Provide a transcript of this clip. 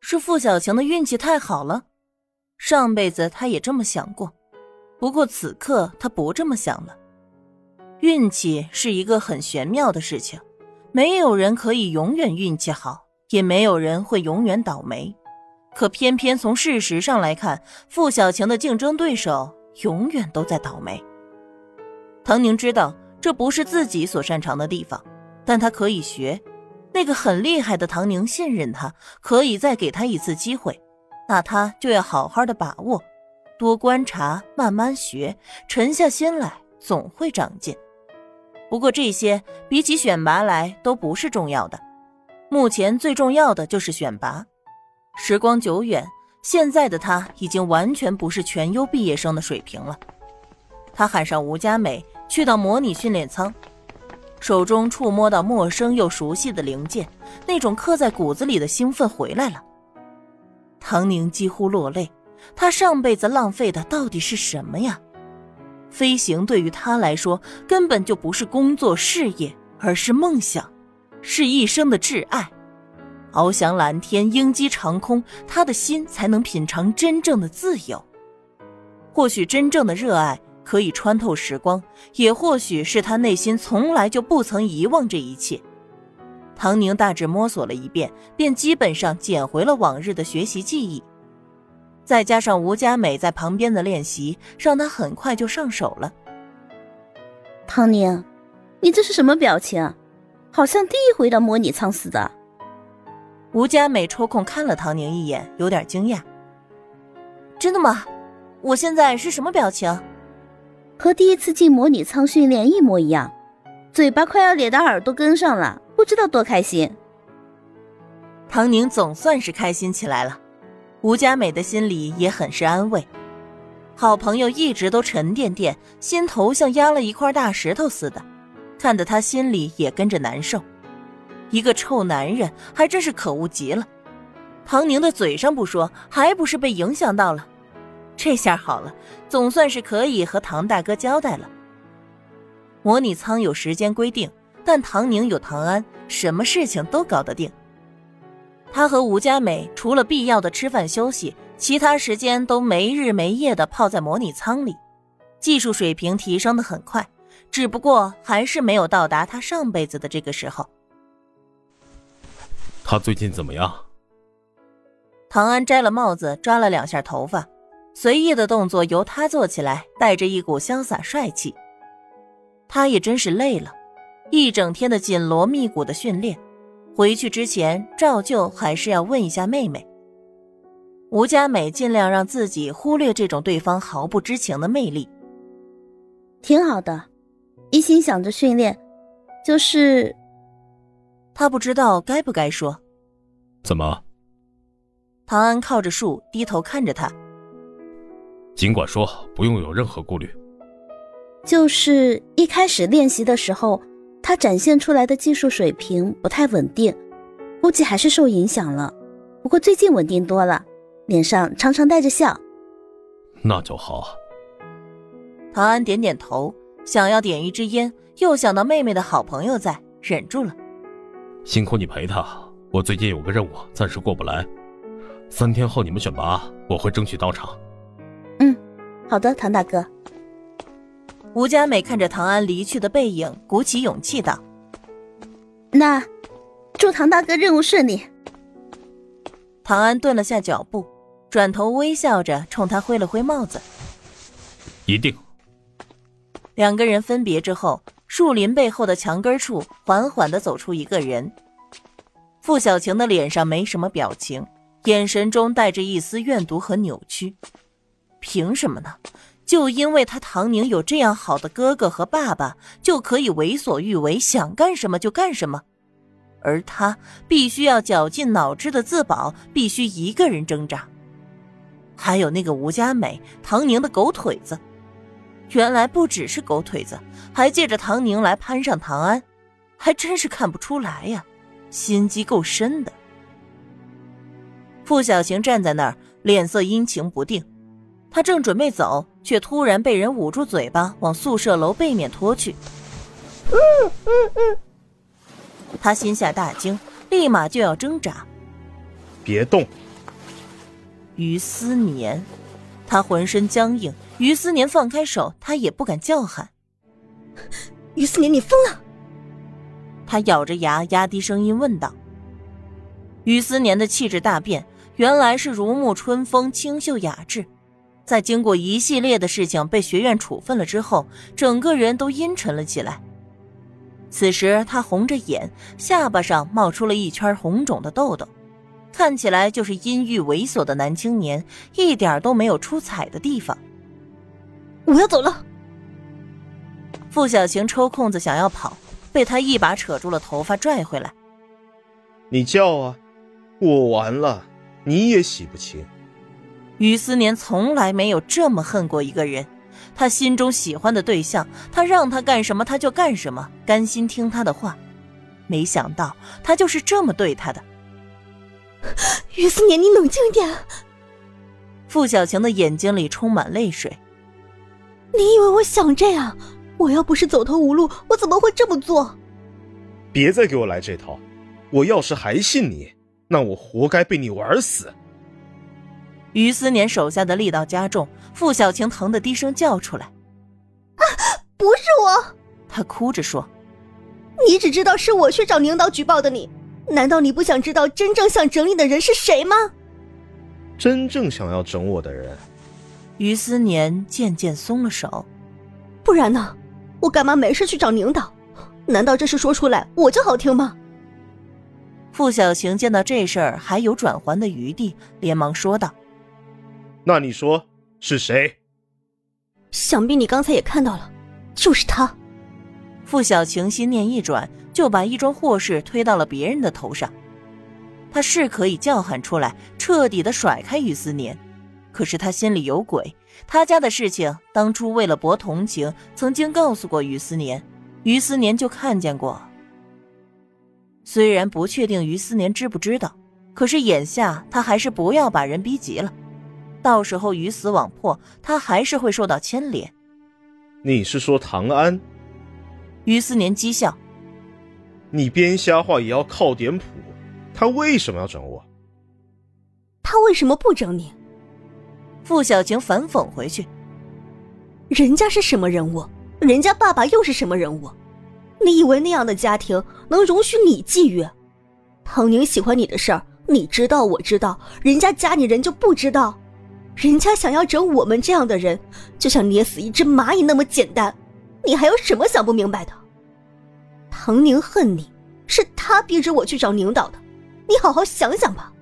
是傅小晴的运气太好了？上辈子他也这么想过，不过此刻他不这么想了。运气是一个很玄妙的事情，没有人可以永远运气好，也没有人会永远倒霉。可偏偏从事实上来看，傅小晴的竞争对手永远都在倒霉。唐宁知道这不是自己所擅长的地方，但他可以学。那个很厉害的唐宁信任他，可以再给他一次机会，那他就要好好的把握，多观察，慢慢学，沉下心来，总会长进。不过这些比起选拔来都不是重要的，目前最重要的就是选拔。时光久远，现在的他已经完全不是全优毕业生的水平了。他喊上吴佳美，去到模拟训练舱，手中触摸到陌生又熟悉的零件，那种刻在骨子里的兴奋回来了。唐宁几乎落泪，他上辈子浪费的到底是什么呀？飞行对于他来说根本就不是工作事业，而是梦想，是一生的挚爱。翱翔蓝天，鹰击长空，他的心才能品尝真正的自由。或许真正的热爱可以穿透时光，也或许是他内心从来就不曾遗忘这一切。唐宁大致摸索了一遍，便基本上捡回了往日的学习记忆。再加上吴佳美在旁边的练习，让他很快就上手了。 唐宁，你这是什么表情？好像第一回到模拟舱似的。 吴佳美抽空看了唐宁一眼，有点惊讶。真的吗？我现在是什么表情？ 和第一次进模拟舱训练一模一样，嘴巴快要咧到耳朵根上了，不知道多开心。 唐宁总算是开心起来了，吴佳美的心里也很是安慰。好朋友一直都沉甸甸，心头像压了一块大石头似的，看得他心里也跟着难受。一个臭男人还真是可恶极了。唐宁的嘴上不说，还不是被影响到了。这下好了，总算是可以和唐大哥交代了。模拟舱有时间规定，但唐宁有唐安，什么事情都搞得定。他和吴佳美除了必要的吃饭休息，其他时间都没日没夜地泡在模拟舱里，技术水平提升得很快，只不过还是没有到达他上辈子的这个时候。 他最近怎么样？ 唐安摘了帽子，抓了两下头发，随意的动作由他做起来，带着一股潇洒帅气。他也真是累了，一整天的紧锣密鼓的训练，回去之前照旧还是要问一下妹妹。吴佳美尽量让自己忽略这种对方毫不知情的魅力。 挺好的，一心想着训练，就是他不知道该不该说。 怎么？ 唐安靠着树低头看着他。 尽管说，不用有任何顾虑。 就是一开始练习的时候，他展现出来的技术水平不太稳定，估计还是受影响了。不过最近稳定多了，脸上常常带着笑。 那就好。 唐安点点头，想要点一支烟，又想到妹妹的好朋友在，忍住了。 辛苦你陪他，我最近有个任务暂时过不来，3天后你们选拔，我会争取到场。 好的，唐大哥。 吴佳美看着唐安离去的背影，鼓起勇气道： 那祝唐大哥任务顺利。 唐安顿了下脚步，转头微笑着冲他挥了挥帽子。 一定。 两个人分别之后，树林背后的墙根处缓缓地走出一个人。傅小晴的脸上没什么表情，眼神中带着一丝怨毒和扭曲。凭什么呢？就因为他唐宁有这样好的哥哥和爸爸，就可以为所欲为，想干什么就干什么，而他必须要绞尽脑汁的自保，必须一个人挣扎。还有那个吴佳美，唐宁的狗腿子，原来不只是狗腿子，还借着唐宁来攀上唐安，还真是看不出来呀，心机够深的。傅小晴站在那儿，脸色阴晴不定。他正准备走，却突然被人捂住嘴巴，往宿舍楼背面拖去。他心下大惊，立马就要挣扎。 别动， 于思年。他浑身僵硬，于思年放开手，他也不敢叫喊。 于思年，你疯了！ 他咬着牙，压低声音问道。于思年的气质大变，原来是如沐春风，清秀雅致。在经过一系列的事情被学院处分了之后，整个人都阴沉了起来。此时他红着眼，下巴上冒出了一圈红肿的痘痘，看起来就是阴郁猥琐的男青年，一点都没有出彩的地方。 我要走了。 傅小晴抽空子想要跑，被他一把扯住了头发拽回来。 你叫啊，我完了，你也洗不清。 于思年从来没有这么恨过一个人，他心中喜欢的对象，他让他干什么他就干什么，甘心听他的话。没想到他就是这么对他的。 于思年，你冷静点。 傅小晴的眼睛里充满泪水。 你以为我想这样？我要不是走投无路，我怎么会这么做？ 别再给我来这套，我要是还信你，那我活该被你玩死。 于思年手下的力道加重，傅小晴疼得低声叫出来。 啊，不是我！ 她哭着说。 你只知道是我去找领导举报的你，难道你不想知道真正想整你的人是谁吗？ 真正想要整我的人。 于思年渐渐松了手。 不然呢？我干嘛没事去找领导？难道这事说出来我就好听吗？ 傅小晴见到这事儿还有转圜的余地，连忙说道。 那你说是谁？ 想必你刚才也看到了，就是他。 傅小晴心念一转，就把一桩祸事推到了别人的头上。他是可以叫喊出来，彻底的甩开于思年，可是他心里有鬼。他家的事情当初为了博同情，曾经告诉过于思年，于思年就看见过。虽然不确定于思年知不知道，可是眼下他还是不要把人逼急了，到时候鱼死网破，他还是会受到牵连。 你是说唐安？ 于思年讥笑。 你编瞎话也要靠点谱，他为什么要整我？ 他为什么不整你？ 傅小晴反讽回去。 人家是什么人物？人家爸爸又是什么人物？你以为那样的家庭能容许你觊觎？唐宁喜欢你的事儿，你知道我知道，人家家里人就不知道？人家想要整我们这样的人，就像捏死一只蚂蚁那么简单，你还有什么想不明白的？唐宁恨你，是他逼着我去找领导的，你好好想想吧。